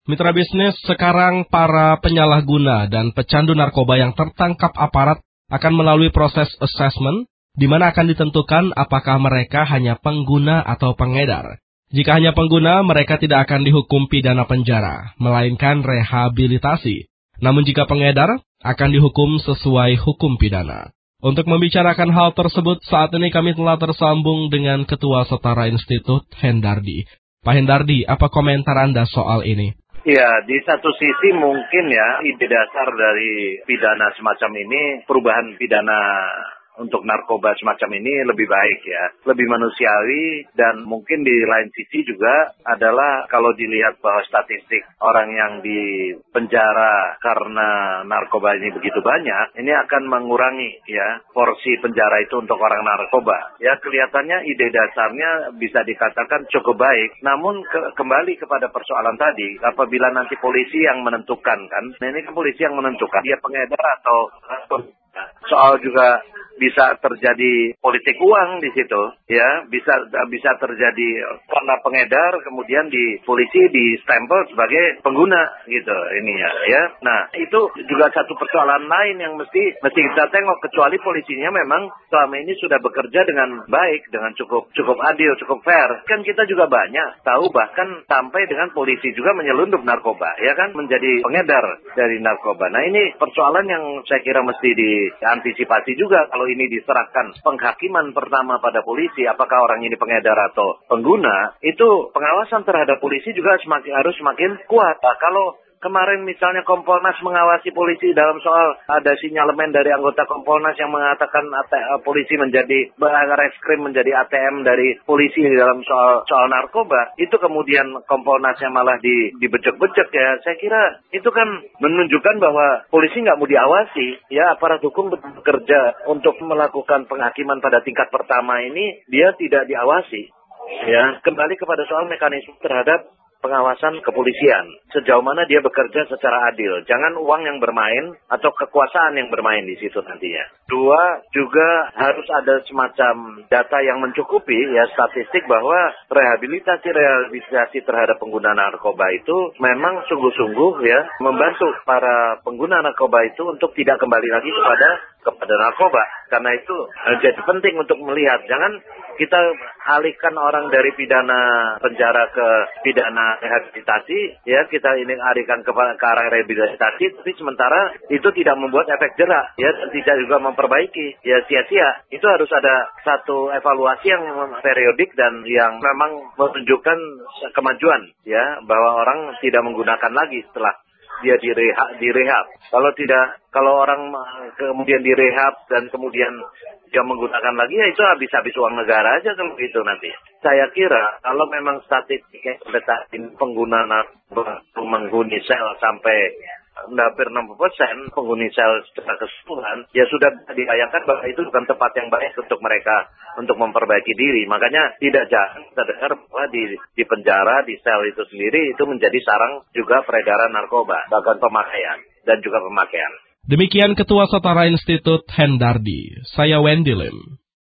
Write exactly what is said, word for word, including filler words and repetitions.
Mitra bisnis, sekarang para penyalahguna dan pecandu narkoba yang tertangkap aparat akan melalui proses assessment, di mana akan ditentukan apakah mereka hanya pengguna atau pengedar. Jika hanya pengguna, mereka tidak akan dihukum pidana penjara, melainkan rehabilitasi. Namun jika pengedar, akan dihukum sesuai hukum pidana. Untuk membicarakan hal tersebut, saat ini kami telah tersambung dengan Ketua Setara Institut, Hendardi. Pak Hendardi, apa komentar Anda soal ini? Ya, di satu sisi mungkin ya, ide dasar dari pidana semacam ini, perubahan pidana untuk narkoba semacam ini lebih baik ya, lebih manusiawi, dan mungkin di lain sisi juga adalah kalau dilihat bahwa statistik orang yang di penjara karena narkoba ini begitu banyak, ini akan mengurangi ya porsi penjara itu untuk orang narkoba. Ya, kelihatannya ide dasarnya bisa dikatakan cukup baik, namun ke- kembali kepada persoalan tadi, apabila nanti polisi yang menentukan kan, nah ini kan polisi yang menentukan dia pengedar atau soal juga bisa terjadi politik uang di situ, ya bisa bisa terjadi karena pengedar kemudian di polisi di stempel sebagai pengguna gitu ininya ya. Nah itu juga satu persoalan lain yang mesti mesti kita tengok, kecuali polisinya memang selama ini sudah bekerja dengan baik, dengan cukup cukup adil, cukup fair. Kan kita juga banyak tahu bahkan sampai dengan polisi juga menyelundup narkoba, ya kan, menjadi pengedar dari narkoba. Nah ini persoalan yang saya kira mesti diantisipasi juga kalau ini diserahkan penghakiman pertama pada polisi, apakah orang ini pengedar atau pengguna, itu pengawasan terhadap polisi juga semakin harus semakin kuat. Nah, kalau kemarin misalnya Kompolnas mengawasi polisi dalam soal ada sinyalemen dari anggota Kompolnas yang mengatakan A T, uh, polisi menjadi reskrim menjadi A T M dari polisi dalam soal soal narkoba, itu kemudian Kompolnasnya malah di, dibejek-bejek ya. Saya kira itu kan menunjukkan bahwa polisi nggak mau diawasi, ya aparat hukum bekerja untuk melakukan penghakiman pada tingkat pertama ini dia tidak diawasi. Ya, kembali kepada soal mekanisme terhadap pengawasan kepolisian. Sejauh mana dia bekerja secara adil. Jangan uang yang bermain atau kekuasaan yang bermain di situ nantinya. Dua, juga harus ada semacam data yang mencukupi ya statistik bahwa rehabilitasi-rehabilitasi terhadap pengguna narkoba itu memang sungguh-sungguh ya membantu para pengguna narkoba itu untuk tidak kembali lagi kepada kepada narkoba. Karena itu eh, jadi penting untuk melihat, jangan kita alihkan orang dari pidana penjara ke pidana rehabilitasi, ya kita ini alihkan ke, ke arah rehabilitasi, tapi sementara itu tidak membuat efek jerak, ya dan tidak juga memperbaiki, ya sia-sia. Itu harus ada satu evaluasi yang periodik dan yang memang menunjukkan kemajuan, ya bahwa orang tidak menggunakan lagi setelah dia direhab, direhab. Kalau tidak, kalau orang kemudian direhab dan kemudian dia menggunakan lagi, ya itu habis-habis uang negara aja kalau gitu nanti. Saya kira kalau memang statistiknya berdasarkan pengguna narkoba menghuni sel sampai hampir enam puluh persen penghuni sel secara keseluruhan, ya sudah dibayangkan bahwa itu bukan tempat yang baik untuk mereka untuk memperbaiki diri. Makanya tidak jarang kita dengar bahwa di, di penjara, di sel itu sendiri itu menjadi sarang juga peredaran narkoba, bahkan pemakaian dan juga pemakaian. Demikian Ketua Setara Institut Hendardi, saya Wendy Lim.